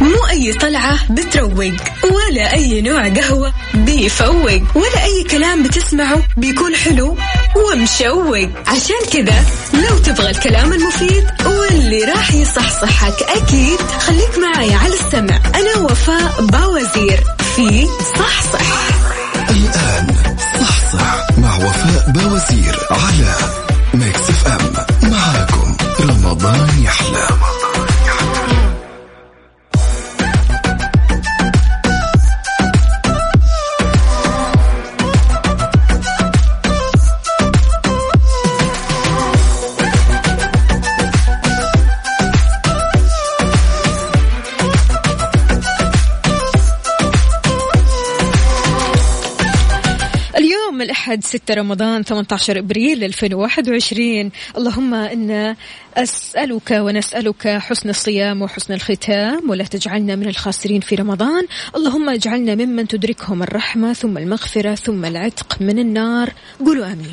مو أي طلعة بتروق، ولا أي نوع قهوة بيفوق، ولا أي كلام بتسمعه بيكون حلو ومشوق. عشان كذا لو تبغى الكلام المفيد واللي راح يصحصحك أكيد خليك معي على السمع. أنا وفاء باوزير في صحصح. الآن صحصح مع وفاء باوزير على ميكس اف ام. معاكم رمضان يحلى. الأحد 6 رمضان 18 أبريل 2021. اللهم إنا أسألك ونسألك حسن الصيام وحسن الختام، ولا تجعلنا من الخاسرين في رمضان. اللهم اجعلنا ممن تدركهم الرحمة ثم المغفرة ثم العتق من النار. قولوا آمين.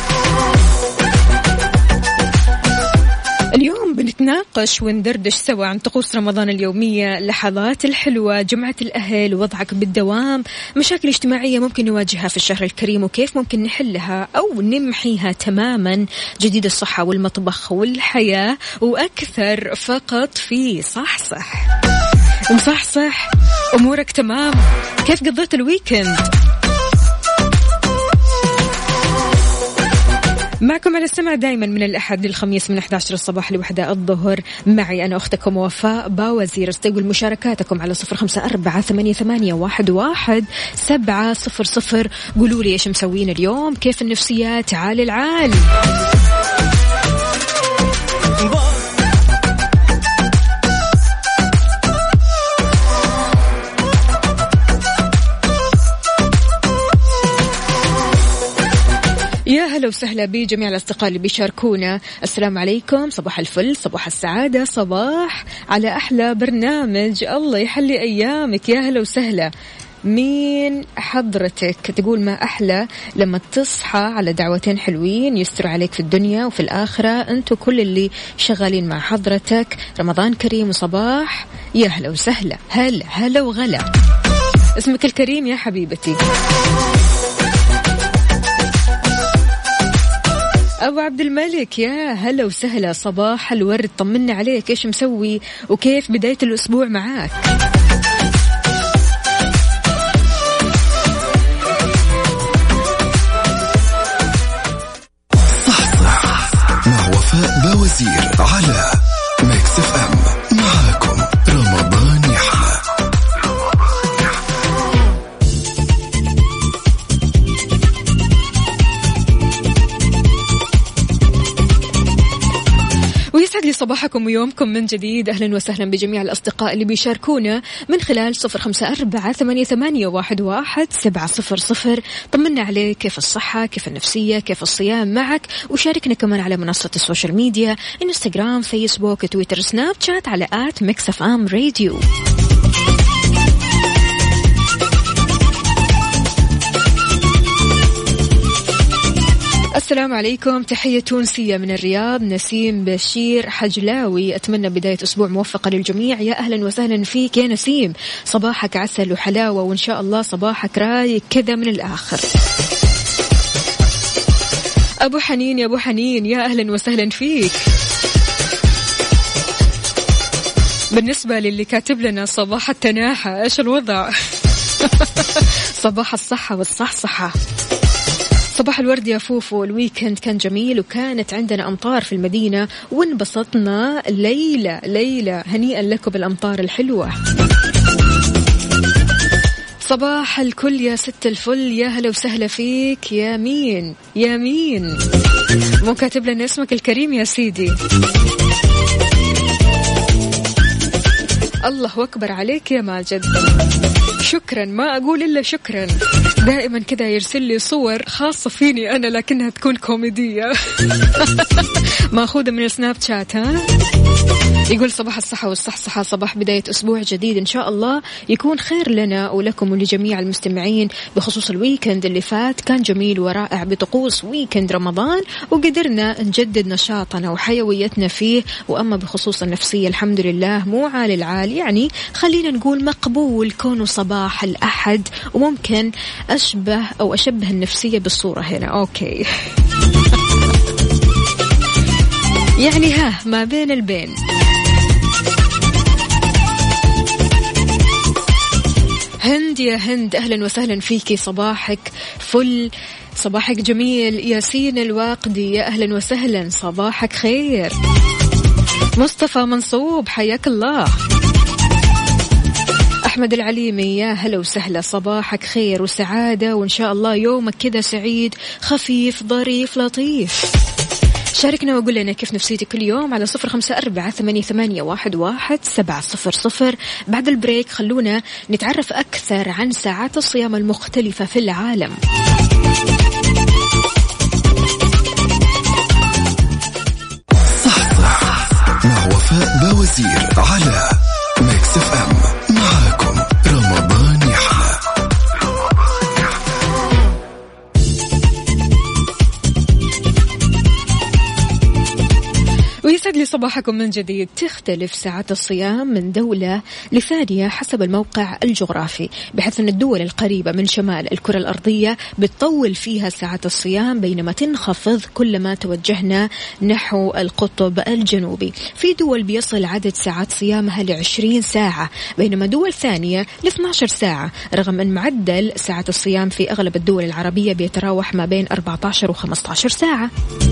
اليوم بنتناقش وندردش سوا عن طقوس رمضان اليومية، اللحظات الحلوة، جمعة الأهل، وضعك بالدوام، مشاكل اجتماعية ممكن نواجهها في الشهر الكريم وكيف ممكن نحلها أو نمحيها تماما، جديد الصحة والمطبخ والحياة وأكثر، فقط في صحصح. مصحصح؟ أمورك تمام؟ كيف قضيت الويكند؟ معكم على السمع دايما من الأحد للخميس من 11 الصباح ل1 الظهر، معي أنا أختكم وفاء باوزير. استقبل مشاركاتكم على 0548811700. قولوا لي إيش مسوين اليوم، كيف النفسيات، عال العال. يا هلا وسهلا بجميع الأصدقاء اللي بيشاركونا. السلام عليكم، صباح الفل، صباح السعادة، صباح على أحلى برنامج. الله يحلي أيامك. يا هلا وسهلا. مين حضرتك؟ تقول ما أحلى لما تصحى على دعوتين حلوين يستر عليك في الدنيا وفي الآخرة. أنتوا كل اللي شغالين مع حضرتك، رمضان كريم وصباح. يا هلا وسهلا. هلا هلا وغلا. اسمك الكريم يا حبيبتي. أبو عبد الملك، يا هلا وسهلا، صباح الورد. طمنا عليك، إيش مسوي وكيف بداية الأسبوع معاك؟ صحصح مع وفاء باوزير على ميكس اف ام. معاكم رمضان يحلى. ويسعد لي صباحكم ويومكم من جديد. أهلا وسهلا بجميع الأصدقاء اللي بيشاركونا من خلال 0548811700. طمنا عليك، كيف الصحة، كيف النفسية، كيف الصيام معك. وشاركنا كمان على منصة السوشيال ميديا، إنستغرام، فيسبوك، تويتر، سناب شات على @mixfmradio. السلام عليكم، تحية تونسية من الرياض، نسيم بشير حجلاوي. أتمنى بداية أسبوع موفقة للجميع. يا أهلا وسهلا فيك يا نسيم، صباحك عسل وحلاوة، وإن شاء الله صباحك رايق كذا من الآخر. أبو حنين، يا أبو حنين، يا أهلا وسهلا فيك. بالنسبة للي كاتب لنا صباح التناحة، إيش الوضع؟ صباح الصحة والصحصحة. صباح الورد يا فوفو. الويكند كان جميل وكانت عندنا أمطار في المدينة وانبسطنا. ليلى هنيئا لكم بالأمطار الحلوة. صباح الكل يا ست الفل، يا هلا وسهلا فيك. يا مين مو كاتب لنا اسمك الكريم يا سيدي؟ الله أكبر عليك يا ماجد. شكرا، ما أقول إلا شكرا. دائما كذا يرسل لي صور خاصة فيني أنا لكنها تكون كوميدية ماخوذة من السناب شات. ها يقول صباح الصحة والصحصحة، صباح بداية أسبوع جديد إن شاء الله يكون خير لنا ولكم ولجميع المستمعين. بخصوص الويكند اللي فات كان جميل ورائع بطقوس ويكند رمضان، وقدرنا نجدد نشاطنا وحيويتنا فيه. وأما بخصوص النفسية الحمد لله مو عالي العال، يعني خلينا نقول مقبول كونه صباح الأحد، وممكن أشبه النفسية بالصورة هنا. أوكي يعني ما بين البين. هند يا هند أهلا وسهلا فيكي، صباحك فل، صباحك جميل. ياسين الواقدي يا أهلا وسهلا، صباحك خير. مصطفى منصوب حياك الله. أحمد العليمي يا هلا وسهلا، صباحك خير وسعادة وإن شاء الله يومك كذا سعيد خفيف ظريف لطيف. شاركنا وقول لنا كيف نفسيتك كل يوم على 0548811700. بعد البريك خلونا نتعرف أكثر عن ساعات الصيام المختلفة في العالم. صح مع وفاء باوزير على ميكس اف ام. معاكم رمضان يحلى. ويسعد لي صباحكم من جديد. تختلف ساعات الصيام من دولة لثانية حسب الموقع الجغرافي، بحيث أن الدول القريبة من شمال الكرة الأرضية بتطول فيها ساعات الصيام، بينما تنخفض كلما توجهنا نحو القطب الجنوبي. في دول بيصل عدد ساعات صيامها ل20 ساعة، بينما دول ثانية ل12 ساعة، رغم أن معدل ساعات الصيام في أغلب الدول العربية بيتراوح ما بين 14 و15 ساعة.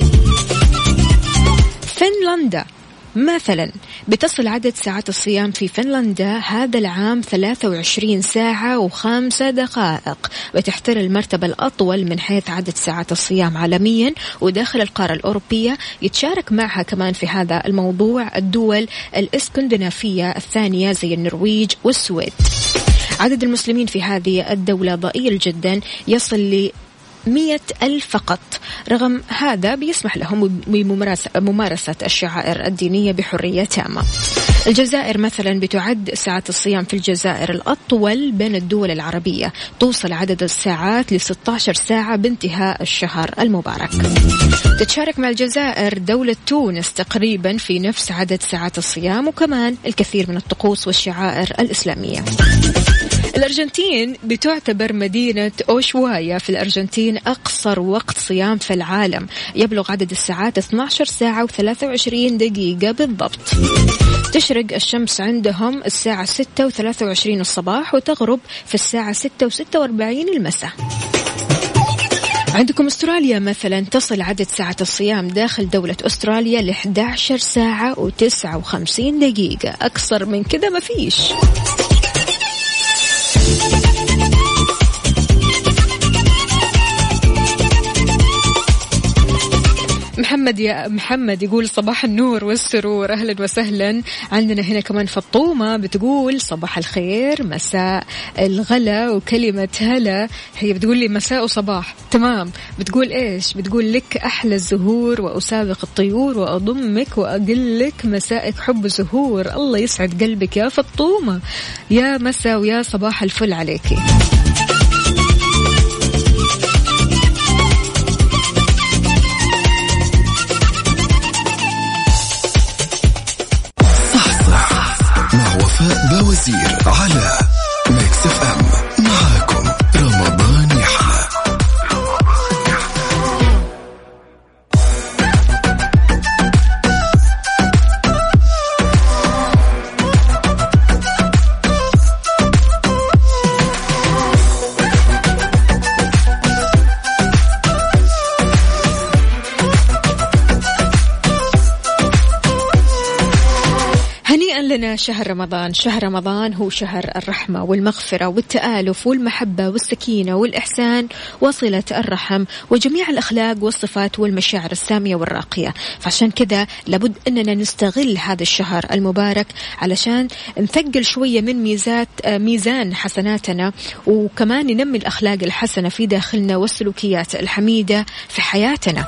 فنلندا مثلا بتصل عدد ساعات الصيام في فنلندا هذا العام 23 ساعة و5 دقائق، وتحتل المرتبة الأطول من حيث عدد ساعات الصيام عالميا. وداخل القارة الأوروبية يتشارك معها كمان في هذا الموضوع الدول الإسكندنافية الثانية زي النرويج والسويد. عدد المسلمين في هذه الدولة ضئيل جدا، يصل ل 100,000 فقط. رغم هذا بيسمح لهم بممارسة الشعائر الدينية بحرية تامة. الجزائر مثلا بتعد ساعات الصيام في الجزائر الأطول بين الدول العربية، توصل عدد الساعات ل16 ساعة بانتهاء الشهر المبارك. تتشارك مع الجزائر دولة تونس تقريبا في نفس عدد ساعات الصيام، وكمان الكثير من الطقوس والشعائر الإسلامية. الأرجنتين بتعتبر مدينة أوشوايا في الأرجنتين أقصر وقت صيام في العالم، يبلغ عدد الساعات 12 ساعة و23 دقيقة بالضبط. تشرق الشمس عندهم الساعة 6:23 الصباح، وتغرب في الساعة 6:46 المساء. عندكم أستراليا مثلا تصل عدد ساعات الصيام داخل دولة أستراليا ل11 ساعة و59 دقيقة، أكثر من كذا مفيش. محمد يا محمد يقول صباح النور والسرور، أهلا وسهلا. عندنا هنا كمان فطومة بتقول صباح الخير مساء الغلا وكلمة هلا. هي بتقول لي مساء وصباح، تمام. بتقول إيش؟ بتقول لك أحلى الزهور وأسابق الطيور وأضمك وأقول لك مسائك حب زهور. الله يسعد قلبك يا فطومة، يا مساء ويا صباح الفل عليكي. وفاء باوزير على ميكس اف ام. معاكم رمضان يحلى. كلنا شهر رمضان. شهر رمضان هو شهر الرحمة والمغفرة والتآلف والمحبة والسكينة والإحسان وصلة الرحم وجميع الأخلاق والصفات والمشاعر السامية والراقية. فعشان كذا لابد أننا نستغل هذا الشهر المبارك علشان نثقل شوية من ميزان حسناتنا، وكمان ننمي الأخلاق الحسنة في داخلنا والسلوكيات الحميدة في حياتنا.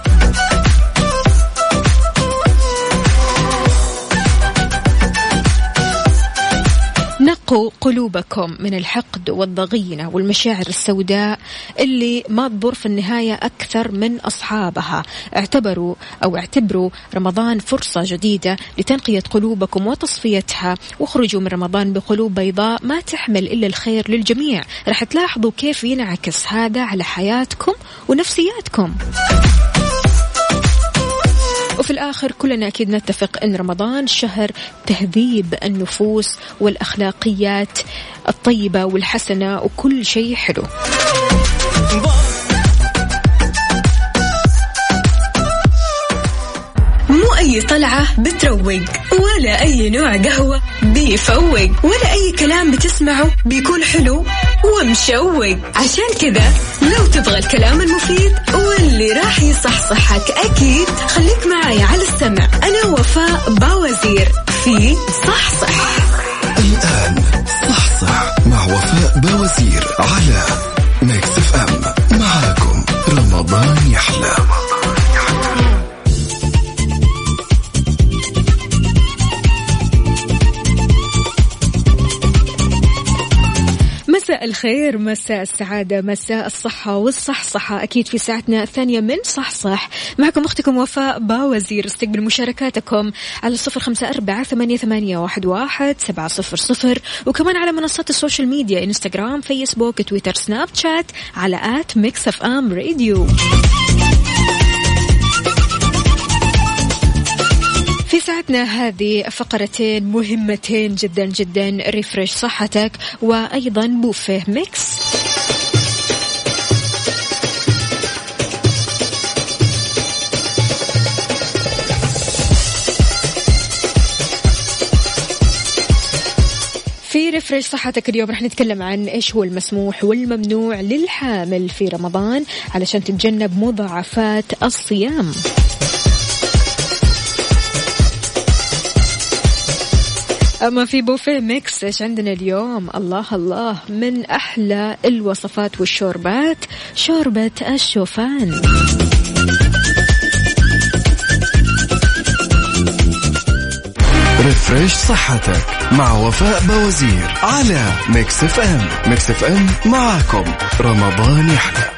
نقوا قلوبكم من الحقد والضغينة والمشاعر السوداء اللي ما تضر في النهاية أكثر من أصحابها. اعتبروا رمضان فرصة جديدة لتنقية قلوبكم وتصفيتها، واخرجوا من رمضان بقلوب بيضاء ما تحمل إلا الخير للجميع. رح تلاحظوا كيف ينعكس هذا على حياتكم ونفسياتكم. وفي الآخر كلنا أكيد نتفق أن رمضان شهر تهذيب النفوس والأخلاقيات الطيبة والحسنة وكل شيء حلو. مو أي طلعة بتروق، ولا أي نوع قهوة بيفوق، ولا أي كلام بتسمعه بيكون حلو ومشوق. عشان كذا لو تبغى الكلام المفيد واللي راح يصحصحك أكيد خليك معايا على السمع. أنا وفاء باوزير في صحصح. الآن صحصح مع وفاء باوزير على ميكس اف ام. معاكم رمضان يحلى. مساء الخير، مساء السعادة، مساء الصحة والصحصحة. أكيد في ساعتنا الثانية من صحصح معكم أختكم وفاء باوزير. استقبل مشاركاتكم على 0548811700، وكمان على منصات السوشيال ميديا إنستغرام، فيسبوك، تويتر، سناب شات على @mixfmradio. في ساعتنا هذه فقرتين مهمتين جدا جدا، ريفرش صحتك وأيضا بوفيه ميكس. في ريفرش صحتك اليوم رح نتكلم عن إيش هو المسموح والممنوع للحامل في رمضان علشان تتجنب مضاعفات الصيام. أما في بوفيه ميكس إيش عندنا اليوم؟ الله الله، من أحلى الوصفات والشوربات، شوربة الشوفان. ريفريش صحتك مع وفاء باوزير على ميكس اف ام. ميكس اف ام معاكم رمضان يحلى.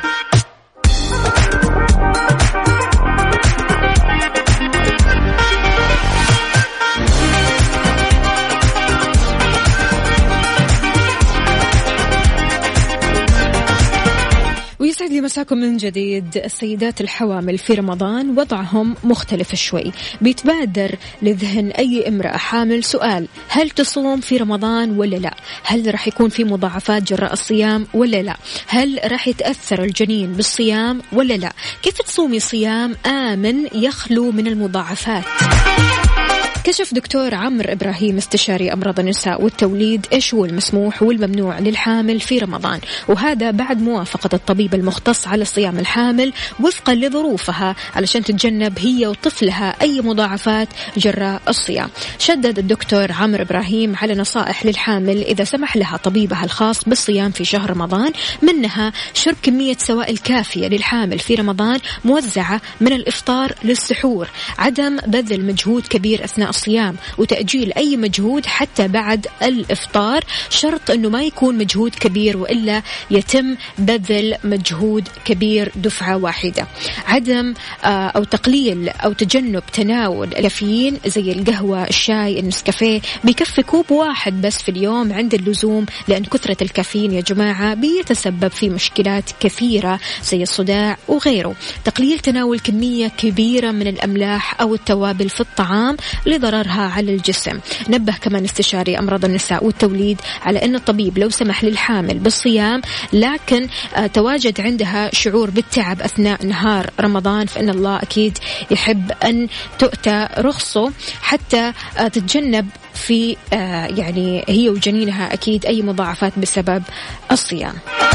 ويسعد لي مساكم من جديد. السيدات الحوامل في رمضان وضعهم مختلف شوي. بيتبادر لذهن أي امرأة حامل سؤال: هل تصوم في رمضان ولا لا؟ هل رح يكون في مضاعفات جراء الصيام ولا لا؟ هل رح يتأثر الجنين بالصيام ولا لا؟ كيف تصومي صيام آمن يخلو من المضاعفات؟ كشف دكتور عمرو إبراهيم استشاري أمراض النساء والتوليد إيش هو المسموح والممنوع للحامل في رمضان، وهذا بعد موافقة الطبيب المختص على صيام الحامل وفقا لظروفها علشان تتجنب هي وطفلها أي مضاعفات جراء الصيام. شدد الدكتور عمرو إبراهيم على نصائح للحامل إذا سمح لها طبيبها الخاص بالصيام في شهر رمضان، منها شرب كمية سوائل كافية للحامل في رمضان موزعة من الإفطار للسحور، عدم بذل مجهود كبير أثناء الصيام، وتأجيل أي مجهود حتى بعد الإفطار، شرط أنه ما يكون مجهود كبير وإلا يتم بذل مجهود كبير دفعة واحدة. عدم أو تقليل أو تجنب تناول الكافيين زي القهوة، الشاي، النسكافيه، بيكفي كوب واحد بس في اليوم عند اللزوم، لأن كثرة الكافيين يا جماعة بيتسبب في مشكلات كثيرة زي الصداع وغيره. تقليل تناول كمية كبيرة من الأملاح أو التوابل في الطعام لضررها على الجسم. نبه كمان استشاري أمراض النساء والتوليد على أن الطبيب لو سمح للحامل بالصيام لكن تواجد عندها شعور بالتعب أثناء نهار رمضان، فإن الله أكيد يحب أن تؤتى رخصه حتى تتجنب في يعني هي وجنينها أكيد أي مضاعفات بسبب الصيام.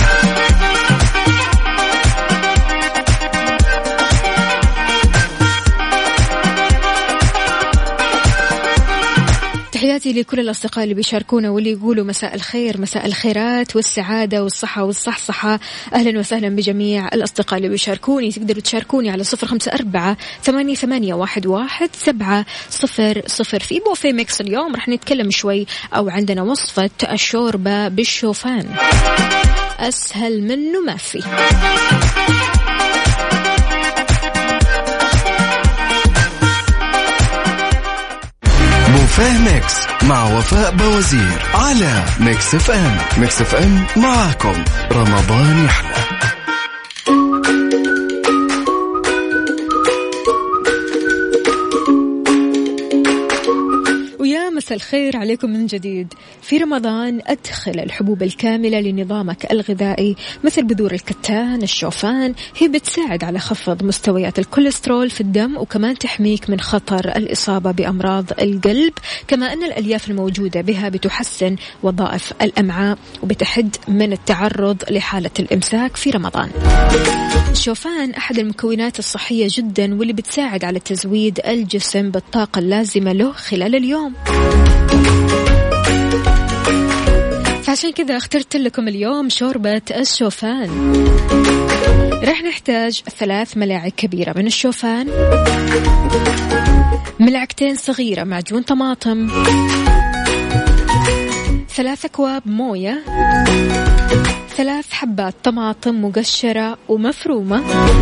تحياتي لكل الأصدقاء اللي بيشاركونا واللي يقولوا مساء الخير، مساء الخيرات والسعادة والصحة والصحصحة. أهلا وسهلا بجميع الأصدقاء اللي بيشاركوني. تقدروا تشاركوني على 0548811700. في بوفيه ميكس اليوم رح نتكلم شوي، أو عندنا وصفة الشوربة بالشوفان، أسهل منه ما في. بوفيه ميكس مع وفاء بوزير على ميكس اف ام. ميكس اف ام معكم رمضان يحلى. مساء الخير عليكم من جديد. في رمضان أدخل الحبوب الكاملة لنظامك الغذائي مثل بذور الكتان، الشوفان. هي بتساعد على خفض مستويات الكوليسترول في الدم، وكمان تحميك من خطر الإصابة بأمراض القلب. كما أن الألياف الموجودة بها بتحسن وظائف الأمعاء وبتحد من التعرض لحالة الإمساك في رمضان. الشوفان أحد المكونات الصحية جدا واللي بتساعد على تزويد الجسم بالطاقة اللازمة له خلال اليوم. فعشان كذا اخترت لكم اليوم شوربة الشوفان. رح نحتاج 3 ملاعق كبيرة من الشوفان، ملعقتين صغيرة معجون طماطم، 3 أكواب موية، 3 حبات طماطم مقشرة ومفرومة،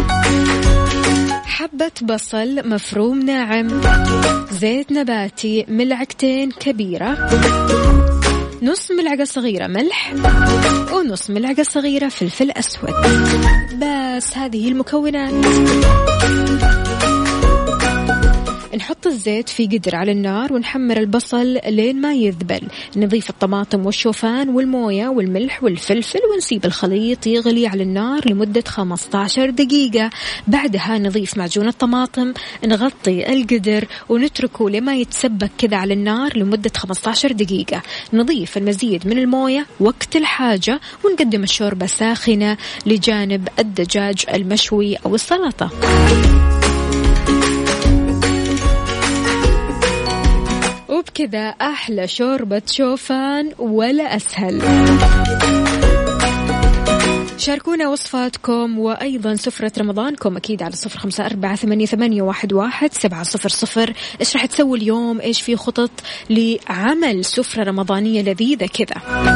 حبة بصل مفروم ناعم، زيت نباتي ملعقتين كبيرة، نص ملعقة صغيرة ملح، ونص ملعقة صغيرة فلفل أسود. بس هذه المكونات. نحط الزيت في قدر على النار ونحمر البصل لين ما يذبل. نضيف الطماطم والشوفان والموية والملح والفلفل ونسيب الخليط يغلي على النار لمدة 15 دقيقة. بعدها نضيف معجون الطماطم، نغطي القدر ونتركه لما يتسبك كذا على النار لمدة 15 دقيقة. نضيف المزيد من الموية وقت الحاجة ونقدم الشوربة ساخنة لجانب الدجاج المشوي أو السلطة. وبكذا أحلى شوربة شوفان ولا أسهل. شاركونا وصفاتكم وأيضا سفرة رمضانكم أكيد على 0548811700. إيش رح تسوي اليوم؟ إيش في خطط لعمل سفرة رمضانية لذيذة كذا؟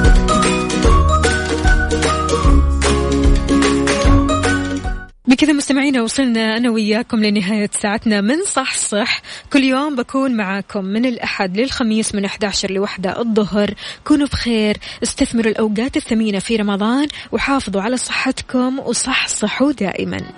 بكذا مستمعينا وصلنا أنا وياكم لنهاية ساعتنا من صح. كل يوم بكون معاكم من الأحد للخميس من 11 ل1 الظهر. كونوا بخير، استثمروا الأوقات الثمينة في رمضان، وحافظوا على صحتكم وصحصحوا دائما.